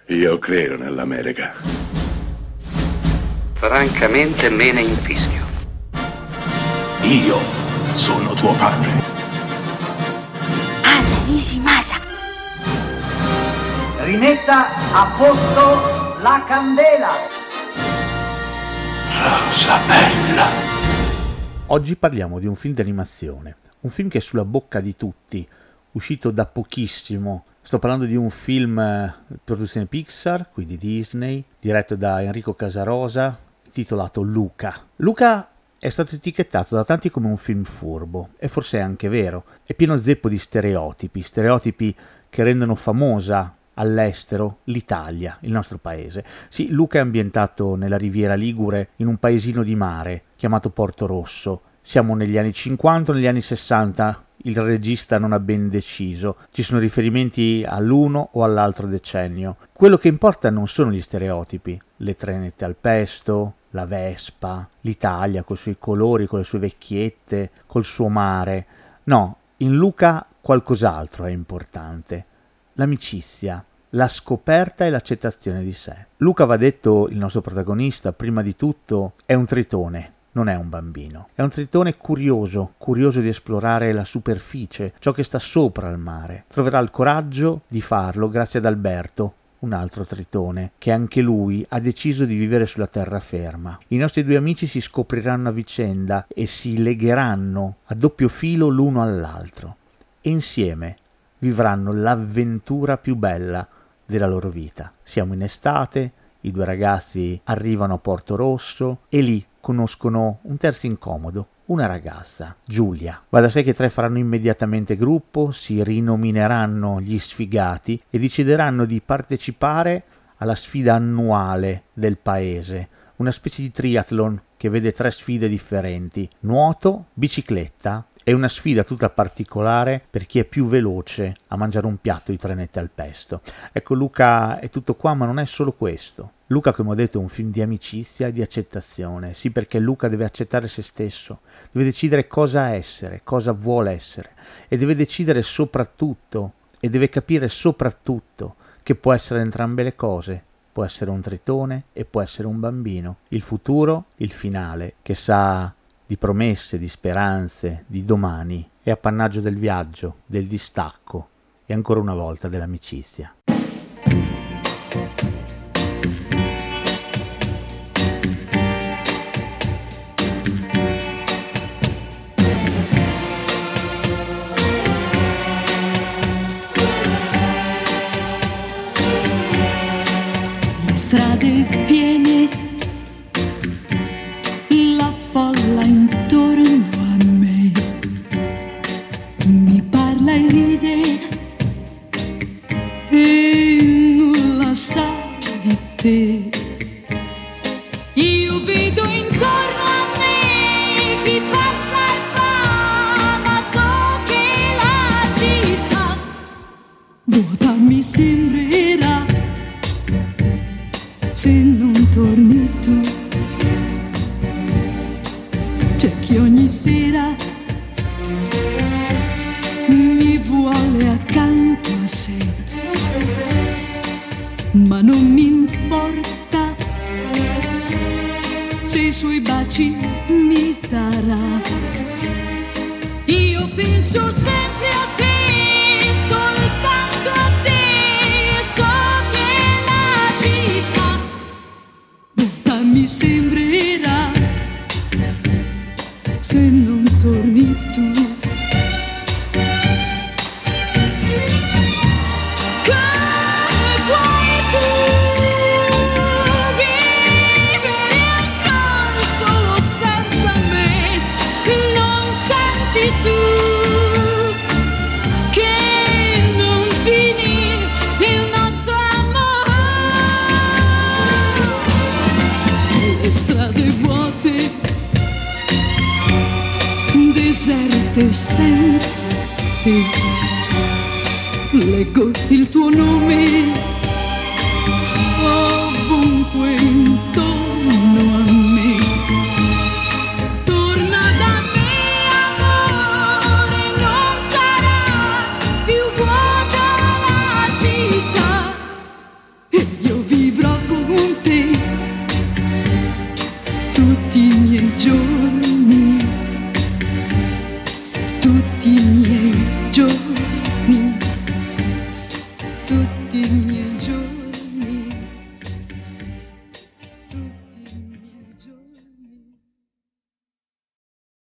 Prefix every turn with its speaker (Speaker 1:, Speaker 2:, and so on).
Speaker 1: Io credo nell'America.
Speaker 2: Francamente me ne infischio.
Speaker 3: Io sono tuo padre.
Speaker 4: Anna Nishimasa.
Speaker 5: Rimetta a posto la candela.
Speaker 3: Rosa bella.
Speaker 6: Oggi parliamo di un film d'animazione, un film che è sulla bocca di tutti, uscito da pochissimo. Sto parlando di un film produzione Pixar, quindi Disney, diretto da Enrico Casarosa, titolato Luca. Luca è stato etichettato da tanti come un film furbo, e forse è anche vero. È pieno zeppo di stereotipi che rendono famosa all'estero l'Italia, il nostro paese. Sì, Luca è ambientato nella Riviera Ligure, in un paesino di mare chiamato Porto Rosso. Siamo negli anni 50 o negli anni 60, il regista non ha ben deciso, ci sono riferimenti all'uno o all'altro decennio. Quello che importa non sono gli stereotipi, le trenette al pesto, la Vespa, l'Italia con i suoi colori, con le sue vecchiette, col suo mare. No, in Luca qualcos'altro è importante, l'amicizia, la scoperta e l'accettazione di sé. Luca, va detto, il nostro protagonista, prima di tutto è un tritone. Non è un bambino, è un tritone curioso di esplorare la superficie, ciò che sta sopra il mare. Troverà il coraggio di farlo grazie ad Alberto, un altro tritone, che anche lui ha deciso di vivere sulla terraferma. I nostri due amici si scopriranno a vicenda e si legheranno a doppio filo l'uno all'altro e insieme vivranno l'avventura più bella della loro vita. Siamo in estate, i due ragazzi arrivano a Porto Rosso e lì conoscono un terzo incomodo, una ragazza, Giulia. Va da sé che i tre faranno immediatamente gruppo, si rinomineranno gli sfigati e decideranno di partecipare alla sfida annuale del paese, una specie di triathlon che vede 3 sfide differenti: nuoto, bicicletta e una sfida tutta particolare per chi è più veloce a mangiare un piatto di trenette al pesto. Ecco, Luca è tutto qua, ma non è solo questo. Luca, come ho detto, è un film di amicizia e di accettazione. Sì, perché Luca deve accettare se stesso, deve decidere cosa essere, cosa vuole essere, e deve decidere soprattutto, e deve capire soprattutto, che può essere entrambe le cose. Può essere un tritone e può essere un bambino. Il futuro, il finale, che sa di promesse, di speranze, di domani, è appannaggio del viaggio, del distacco e ancora una volta dell'amicizia.
Speaker 7: Le strade piene, la folla intorno a me, mi parla e ride e nulla sa di te. Io vedo intorno a me chi passa e va, ma so che la città vuota mi sembrerà se non torni tu. C'è chi ogni sera mi vuole accanto a sé, ma non mi importa se i suoi baci mi darà. Io penso sempre a te, soltanto a te, e so che la città vuota mi sembrerà se non torni tu. Come puoi tu vivere ancora solo senza me? Non senti tu che non finì il nostro amore? Le strade vuote, deserte senza te, leggo il tuo nome ovunque intorno a me. Torna da me, amore, non sarà più vuota la città. E tutti i miei giorni.